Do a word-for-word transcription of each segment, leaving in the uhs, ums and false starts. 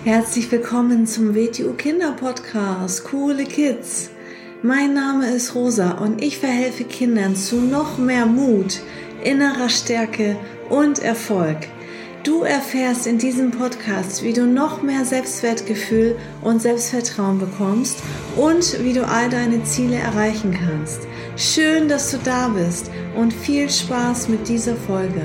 Herzlich willkommen zum W T U Kinder Podcast, Coole Kids. Mein Name ist Rosa und ich verhelfe Kindern zu noch mehr Mut, innerer Stärke und Erfolg. Du erfährst in diesem Podcast, wie du noch mehr Selbstwertgefühl und Selbstvertrauen bekommst und wie du all deine Ziele erreichen kannst. Schön, dass du da bist und viel Spaß mit dieser Folge.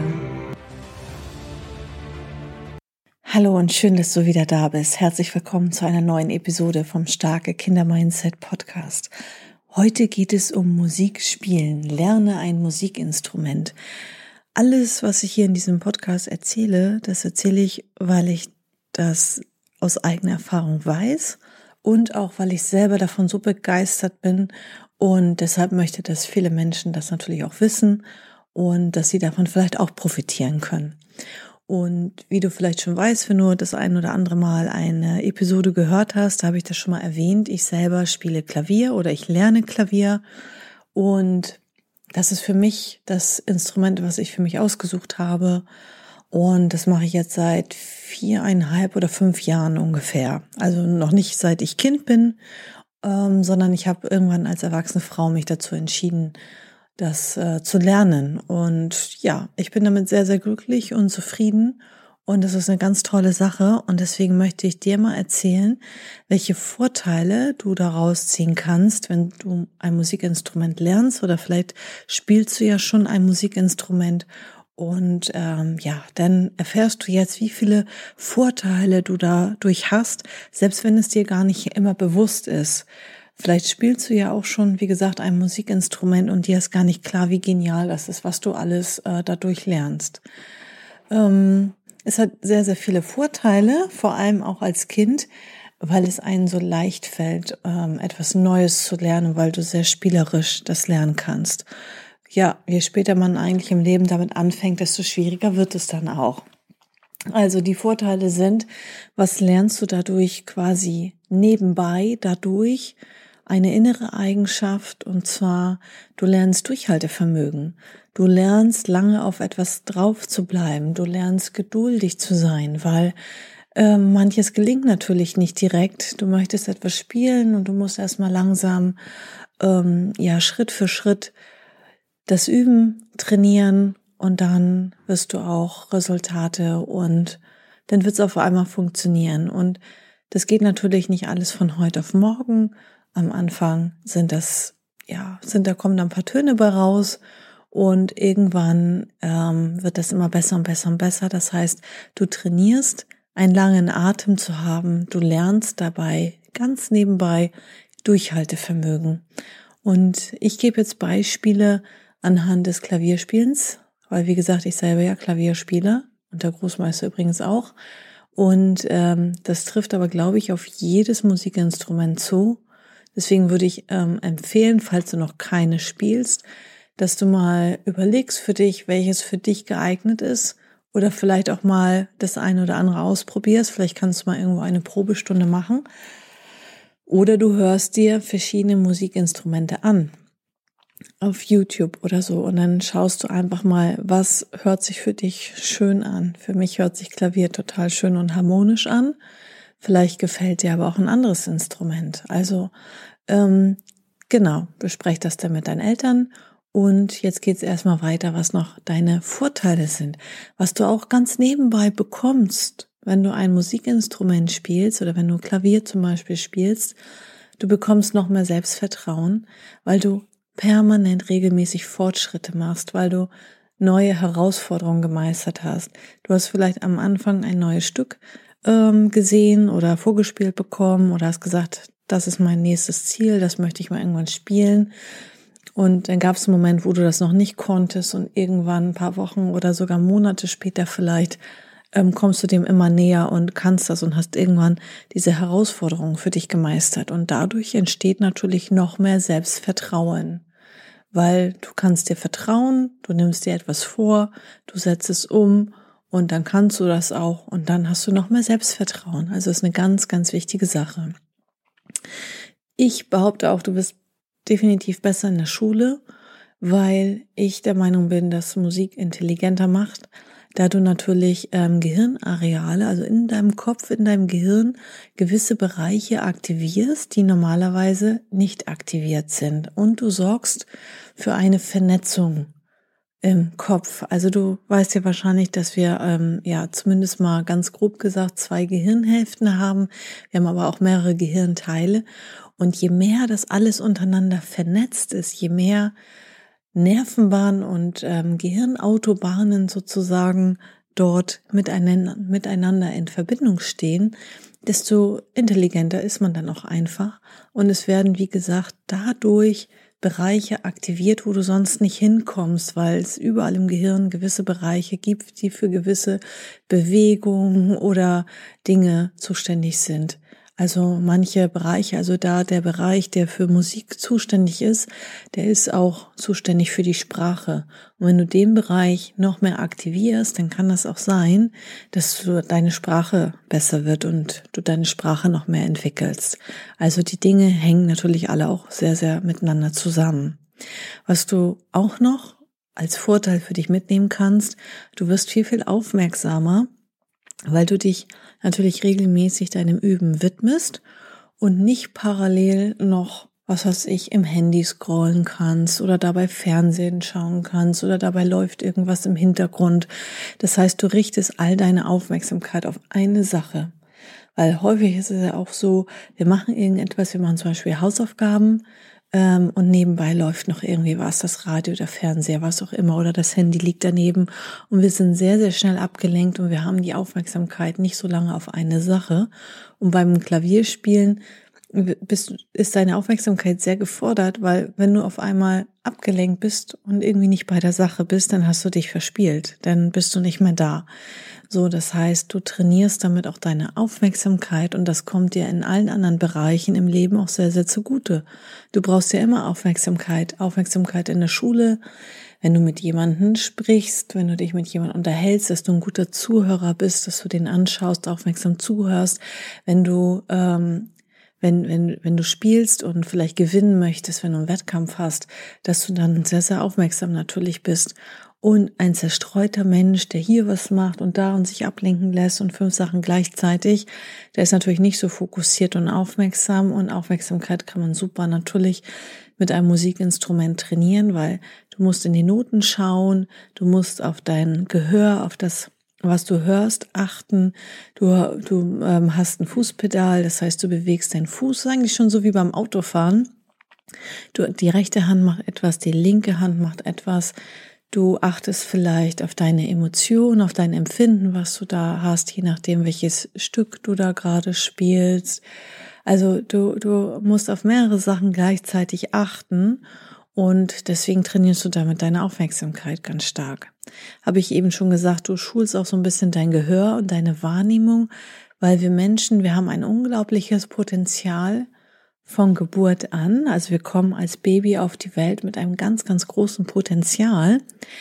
Hallo und schön, dass du wieder da bist. Herzlich willkommen zu einer neuen Episode vom Starke Kinder Mindset Podcast. Heute geht es um Musik spielen. Lerne ein Musikinstrument. Alles, was ich hier in diesem Podcast erzähle, das erzähle ich, weil ich das aus eigener Erfahrung weiß und auch, weil ich selber davon so begeistert bin und deshalb möchte, dass viele Menschen das natürlich auch wissen und dass sie davon vielleicht auch profitieren können. Und wie du vielleicht schon weißt, wenn du das ein oder andere Mal eine Episode gehört hast, da habe ich das schon mal erwähnt. Ich selber spiele Klavier oder ich lerne Klavier und das ist für mich das Instrument, was ich für mich ausgesucht habe. Und das mache ich jetzt seit viereinhalb oder fünf Jahren ungefähr. Also noch nicht seit ich Kind bin, ähm, sondern ich habe irgendwann als erwachsene Frau mich dazu entschieden, das äh, zu lernen. Und ja, ich bin damit sehr, sehr glücklich und zufrieden. Und das ist eine ganz tolle Sache. Und deswegen möchte ich dir mal erzählen, welche Vorteile du daraus ziehen kannst, wenn du ein Musikinstrument lernst. Oder vielleicht spielst du ja schon ein Musikinstrument. Und ähm, ja, dann erfährst du jetzt, wie viele Vorteile du dadurch hast, selbst wenn es dir gar nicht immer bewusst ist. Vielleicht spielst du ja auch schon, wie gesagt, ein Musikinstrument und dir ist gar nicht klar, wie genial das ist, was du alles äh, dadurch lernst. Ähm, es hat sehr, sehr viele Vorteile, vor allem auch als Kind, weil es einem so leicht fällt, ähm, etwas Neues zu lernen, weil du sehr spielerisch das lernen kannst. Ja, je später man eigentlich im Leben damit anfängt, desto schwieriger wird es dann auch. Also die Vorteile sind, was lernst du dadurch quasi nebenbei, dadurch eine innere Eigenschaft, und zwar, du lernst Durchhaltevermögen. Du lernst lange auf etwas drauf zu bleiben. Du lernst geduldig zu sein, weil äh, manches gelingt natürlich nicht direkt. Du möchtest etwas spielen und du musst erstmal langsam, ähm, ja, Schritt für Schritt das üben, trainieren und dann wirst du auch Resultate und dann wird es auf einmal funktionieren. Und das geht natürlich nicht alles von heute auf morgen. Am Anfang sind das, ja, sind da kommen da ein paar Töne bei raus und irgendwann ähm, wird das immer besser und besser und besser. Das heißt, du trainierst, einen langen Atem zu haben. Du lernst dabei ganz nebenbei Durchhaltevermögen. Und ich gebe jetzt Beispiele anhand des Klavierspielens, weil wie gesagt, ich selber ja Klavier spiele und der Großmeister übrigens auch. Und ähm, das trifft aber, glaube ich, auf jedes Musikinstrument zu. Deswegen würde ich ähm, empfehlen, falls du noch keine spielst, dass du mal überlegst für dich, welches für dich geeignet ist oder vielleicht auch mal das eine oder andere ausprobierst. Vielleicht kannst du mal irgendwo eine Probestunde machen oder du hörst dir verschiedene Musikinstrumente an auf YouTube oder so und dann schaust du einfach mal, was hört sich für dich schön an. Für mich hört sich Klavier total schön und harmonisch an. Vielleicht gefällt dir aber auch ein anderes Instrument. Also ähm, genau, besprech das dann mit deinen Eltern und jetzt geht's erstmal weiter, was noch deine Vorteile sind. Was du auch ganz nebenbei bekommst, wenn du ein Musikinstrument spielst oder wenn du Klavier zum Beispiel spielst, du bekommst noch mehr Selbstvertrauen, weil du permanent regelmäßig Fortschritte machst, weil du neue Herausforderungen gemeistert hast. Du hast vielleicht am Anfang ein neues Stück ähm, gesehen oder vorgespielt bekommen oder hast gesagt, das ist mein nächstes Ziel, das möchte ich mal irgendwann spielen. Und dann gab es einen Moment, wo du das noch nicht konntest und irgendwann ein paar Wochen oder sogar Monate später vielleicht ähm, kommst du dem immer näher und kannst das und hast irgendwann diese Herausforderung für dich gemeistert. Und dadurch entsteht natürlich noch mehr Selbstvertrauen. Weil du kannst dir vertrauen, du nimmst dir etwas vor, du setzt es um und dann kannst du das auch und dann hast du noch mehr Selbstvertrauen. Also es ist eine ganz, ganz wichtige Sache. Ich behaupte auch, du bist definitiv besser in der Schule, weil ich der Meinung bin, dass Musik intelligenter macht, da du natürlich ähm, Gehirnareale, also in deinem Kopf, in deinem Gehirn gewisse Bereiche aktivierst, die normalerweise nicht aktiviert sind. Und du sorgst für eine Vernetzung im Kopf. Also du weißt ja wahrscheinlich, dass wir ähm, ja zumindest mal ganz grob gesagt zwei Gehirnhälften haben. Wir haben aber auch mehrere Gehirnteile. Und je mehr das alles untereinander vernetzt ist, je mehr Nervenbahnen und ähm, Gehirnautobahnen sozusagen dort miteinander, miteinander in Verbindung stehen, desto intelligenter ist man dann auch einfach. Und es werden, wie gesagt, dadurch Bereiche aktiviert, wo du sonst nicht hinkommst, weil es überall im Gehirn gewisse Bereiche gibt, die für gewisse Bewegungen oder Dinge zuständig sind. Also manche Bereiche, also da der Bereich, der für Musik zuständig ist, der ist auch zuständig für die Sprache. Und wenn du den Bereich noch mehr aktivierst, dann kann das auch sein, dass du deine Sprache besser wird und du deine Sprache noch mehr entwickelst. Also die Dinge hängen natürlich alle auch sehr, sehr miteinander zusammen. Was du auch noch als Vorteil für dich mitnehmen kannst, du wirst viel, viel aufmerksamer, weil du dich natürlich regelmäßig deinem Üben widmest und nicht parallel noch, was weiß ich, im Handy scrollen kannst oder dabei Fernsehen schauen kannst oder dabei läuft irgendwas im Hintergrund. Das heißt, du richtest all deine Aufmerksamkeit auf eine Sache. Weil häufig ist es ja auch so, wir machen irgendetwas, wir machen zum Beispiel Hausaufgaben, Ähm, und nebenbei läuft noch irgendwie was, das Radio, der Fernseher, was auch immer, oder das Handy liegt daneben und wir sind sehr, sehr schnell abgelenkt und wir haben die Aufmerksamkeit nicht so lange auf eine Sache. Und beim Klavierspielen bist, ist deine Aufmerksamkeit sehr gefordert, weil wenn du auf einmal abgelenkt bist und irgendwie nicht bei der Sache bist, dann hast du dich verspielt, dann bist du nicht mehr da. So, das heißt, du trainierst damit auch deine Aufmerksamkeit und das kommt dir in allen anderen Bereichen im Leben auch sehr, sehr zugute. Du brauchst ja immer Aufmerksamkeit, Aufmerksamkeit in der Schule, wenn du mit jemandem sprichst, wenn du dich mit jemandem unterhältst, dass du ein guter Zuhörer bist, dass du den anschaust, aufmerksam zuhörst, wenn du ähm, wenn wenn wenn du spielst und vielleicht gewinnen möchtest, wenn du einen Wettkampf hast, dass du dann sehr, sehr aufmerksam natürlich bist. Und ein zerstreuter Mensch, der hier was macht und da und sich ablenken lässt und fünf Sachen gleichzeitig, der ist natürlich nicht so fokussiert und aufmerksam. Und Aufmerksamkeit kann man super natürlich mit einem Musikinstrument trainieren, weil du musst in die Noten schauen, du musst auf dein Gehör, auf das, was du hörst, achten. Du, du ähm, hast ein Fußpedal, das heißt, du bewegst deinen Fuß, eigentlich schon so wie beim Autofahren. Du, die rechte Hand macht etwas, die linke Hand macht etwas. Du achtest vielleicht auf deine Emotionen, auf dein Empfinden, was du da hast, je nachdem, welches Stück du da gerade spielst. Also du, du musst auf mehrere Sachen gleichzeitig achten und deswegen trainierst du damit deine Aufmerksamkeit ganz stark. Habe ich eben schon gesagt, du schulst auch so ein bisschen dein Gehör und deine Wahrnehmung, weil wir Menschen, wir haben ein unglaubliches Potenzial, von Geburt an, also wir kommen als Baby auf die Welt mit einem ganz, ganz großen Potenzial,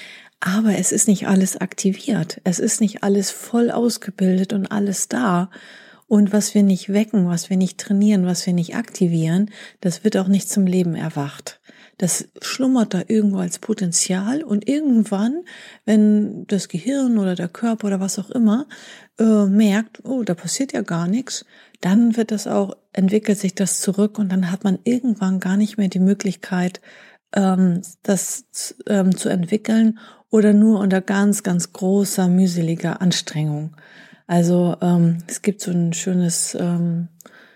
aber es ist nicht alles aktiviert, es ist nicht alles voll ausgebildet und alles da. Und was wir nicht wecken, was wir nicht trainieren, was wir nicht aktivieren, das wird auch nicht zum Leben erwacht. Das schlummert da irgendwo als Potenzial und irgendwann, wenn das Gehirn oder der Körper oder was auch immer äh, merkt, oh, da passiert ja gar nichts, dann wird das auch, entwickelt sich das zurück und dann hat man irgendwann gar nicht mehr die Möglichkeit, ähm, das ähm, zu entwickeln oder nur unter ganz, ganz großer, mühseliger Anstrengung. Also ähm, es gibt so ein schönes, ähm,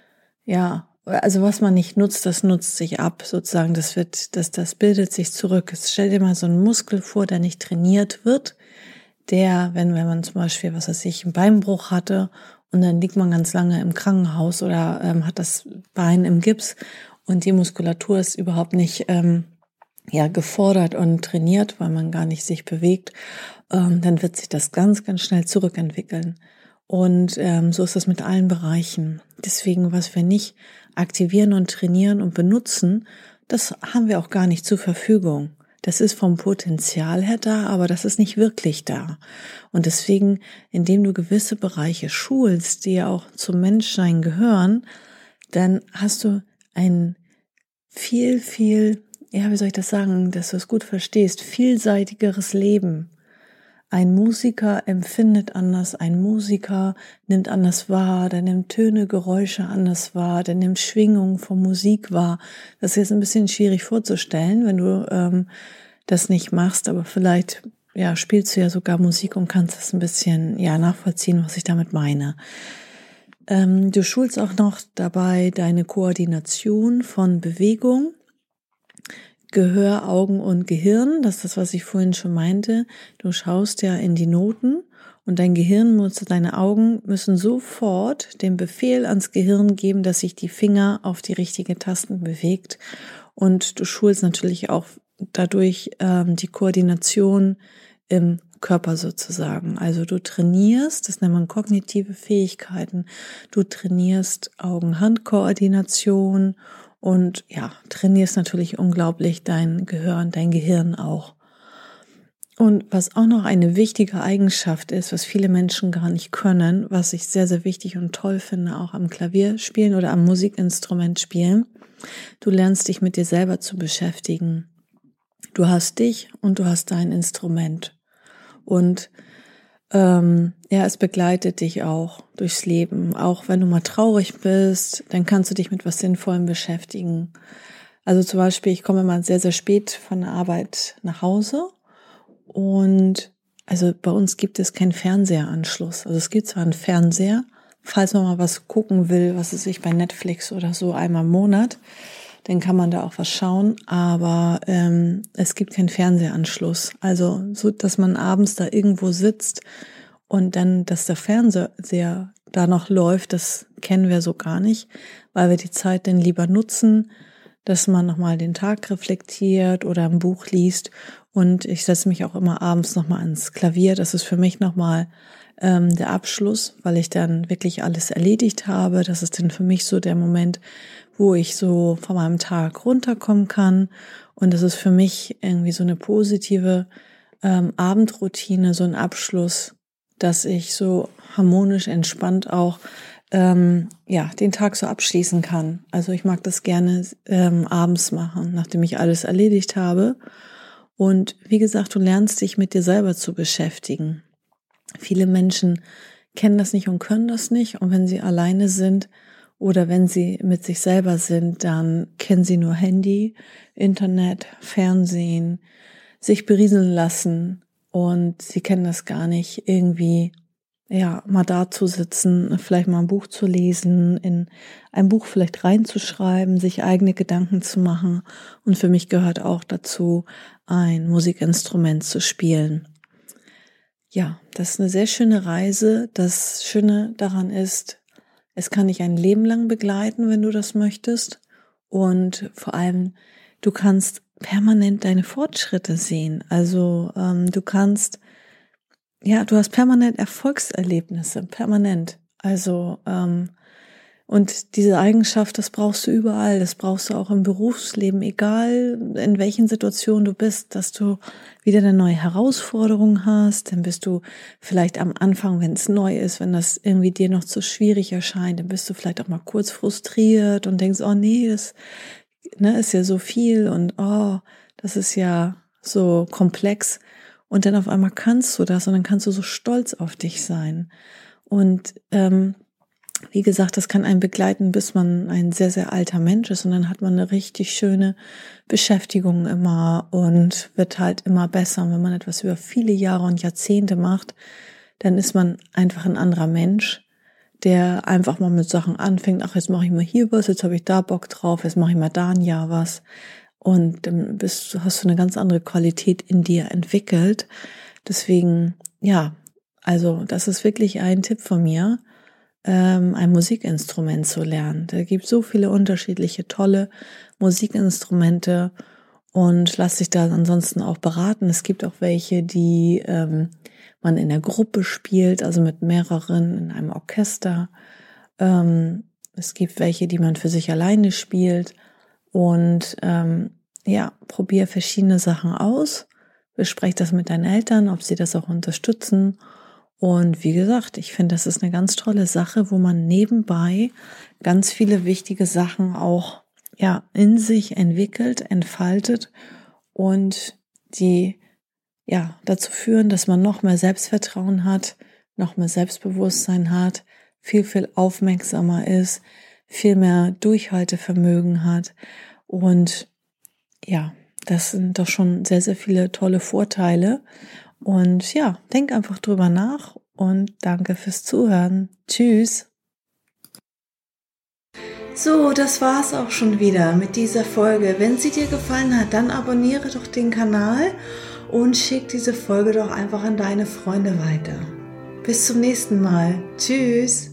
ja, also was man nicht nutzt, das nutzt sich ab, sozusagen. Das wird, das, das bildet sich zurück. Jetzt stell dir mal so einen Muskel vor, der nicht trainiert wird, der, wenn, wenn man zum Beispiel, was weiß ich, einen Beinbruch hatte und dann liegt man ganz lange im Krankenhaus oder ähm, hat das Bein im Gips und die Muskulatur ist überhaupt nicht ähm, ja gefordert und trainiert, weil man gar nicht sich bewegt, ähm, dann wird sich das ganz, ganz schnell zurückentwickeln. Und ähm, so ist das mit allen Bereichen. Deswegen, was wir nicht aktivieren und trainieren und benutzen, das haben wir auch gar nicht zur Verfügung. Das ist vom Potenzial her da, aber das ist nicht wirklich da. Und deswegen, indem du gewisse Bereiche schulst, die ja auch zum Menschsein gehören, dann hast du ein viel, viel, ja, wie soll ich das sagen, dass du es gut verstehst, vielseitigeres Leben. Ein Musiker empfindet anders, ein Musiker nimmt anders wahr, der nimmt Töne, Geräusche anders wahr, der nimmt Schwingungen von Musik wahr. Das ist jetzt ein bisschen schwierig vorzustellen, wenn du ähm, das nicht machst, aber vielleicht ja spielst du ja sogar Musik und kannst das ein bisschen ja nachvollziehen, was ich damit meine. Ähm, du schulst auch noch dabei deine Koordination von Bewegung, Gehör, Augen und Gehirn. Das ist das, was ich vorhin schon meinte. Du schaust ja in die Noten und dein Gehirn muss, deine Augen müssen sofort den Befehl ans Gehirn geben, dass sich die Finger auf die richtige Tasten bewegt. Und du schulst natürlich auch dadurch ähm, die Koordination im Körper sozusagen. Also du trainierst, das nennt man kognitive Fähigkeiten, du trainierst Augen-Hand-Koordination und ja, trainierst natürlich unglaublich dein Gehör und dein Gehirn auch. Und was auch noch eine wichtige Eigenschaft ist, was viele Menschen gar nicht können, was ich sehr, sehr wichtig und toll finde, auch am Klavier spielen oder am Musikinstrument spielen, du lernst dich mit dir selber zu beschäftigen. Du hast dich und du hast dein Instrument. Und ähm, ja, es begleitet dich auch durchs Leben. Auch wenn du mal traurig bist, dann kannst du dich mit was Sinnvollem beschäftigen. Also zum Beispiel, ich komme mal sehr, sehr spät von der Arbeit nach Hause und also bei uns gibt es keinen Fernseheranschluss. Also es gibt zwar einen Fernseher, falls man mal was gucken will, was es sich bei Netflix oder so einmal im Monat, dann kann man da auch was schauen, aber ähm, es gibt keinen Fernsehanschluss. Also so, dass man abends da irgendwo sitzt und dann, dass der Fernseher da noch läuft, das kennen wir so gar nicht, weil wir die Zeit dann lieber nutzen, dass man nochmal den Tag reflektiert oder ein Buch liest. Und ich setze mich auch immer abends nochmal ans Klavier. Das ist für mich nochmal ähm, der Abschluss, weil ich dann wirklich alles erledigt habe. Das ist dann für mich so der Moment, wo ich so von meinem Tag runterkommen kann. Und das ist für mich irgendwie so eine positive ähm, Abendroutine, so ein Abschluss, dass ich so harmonisch entspannt auch ähm, ja den Tag so abschließen kann. Also ich mag das gerne ähm, abends machen, nachdem ich alles erledigt habe. Und wie gesagt, du lernst dich mit dir selber zu beschäftigen. Viele Menschen kennen das nicht und können das nicht. Und wenn sie alleine sind oder wenn sie mit sich selber sind, dann kennen sie nur Handy, Internet, Fernsehen, sich berieseln lassen. Und sie kennen das gar nicht, irgendwie ja mal da zu sitzen, vielleicht mal ein Buch zu lesen, in ein Buch vielleicht reinzuschreiben, sich eigene Gedanken zu machen. Und für mich gehört auch dazu, ein Musikinstrument zu spielen. Ja, das ist eine sehr schöne Reise. Das Schöne daran ist, es kann dich ein Leben lang begleiten, wenn du das möchtest. Und vor allem, du kannst permanent deine Fortschritte sehen. Also ähm, du kannst, ja, du hast permanent Erfolgserlebnisse, permanent. Also ähm, und diese Eigenschaft, das brauchst du überall, das brauchst du auch im Berufsleben, egal in welchen Situationen du bist, dass du wieder eine neue Herausforderung hast, dann bist du vielleicht am Anfang, wenn es neu ist, wenn das irgendwie dir noch zu schwierig erscheint, dann bist du vielleicht auch mal kurz frustriert und denkst, oh nee, das ne, ist ja so viel und oh, das ist ja so komplex und dann auf einmal kannst du das und dann kannst du so stolz auf dich sein und ähm, wie gesagt, das kann einen begleiten, bis man ein sehr, sehr alter Mensch ist und dann hat man eine richtig schöne Beschäftigung immer und wird halt immer besser. Und wenn man etwas über viele Jahre und Jahrzehnte macht, dann ist man einfach ein anderer Mensch, der einfach mal mit Sachen anfängt. Ach, jetzt mache ich mal hier was, jetzt habe ich da Bock drauf, jetzt mache ich mal da ein Jahr was. Und dann bist, hast du eine ganz andere Qualität in dir entwickelt. Deswegen, ja, also das ist wirklich ein Tipp von mir, ein Musikinstrument zu lernen. Da gibt so viele unterschiedliche tolle Musikinstrumente und lass dich da ansonsten auch beraten. Es gibt auch welche, die ähm, man in der Gruppe spielt, also mit mehreren in einem Orchester. Ähm, es gibt welche, die man für sich alleine spielt und ähm, ja, probier verschiedene Sachen aus. Besprech das mit deinen Eltern, ob sie das auch unterstützen. Und wie gesagt, ich finde, das ist eine ganz tolle Sache, wo man nebenbei ganz viele wichtige Sachen auch ja in sich entwickelt, entfaltet und die ja, dazu führen, dass man noch mehr Selbstvertrauen hat, noch mehr Selbstbewusstsein hat, viel, viel aufmerksamer ist, viel mehr Durchhaltevermögen hat. Und ja, das sind doch schon sehr, sehr viele tolle Vorteile. Und ja, denk einfach drüber nach und danke fürs Zuhören. Tschüss. So, das war's auch schon wieder mit dieser Folge. Wenn sie dir gefallen hat, dann abonniere doch den Kanal und schick diese Folge doch einfach an deine Freunde weiter. Bis zum nächsten Mal. Tschüss.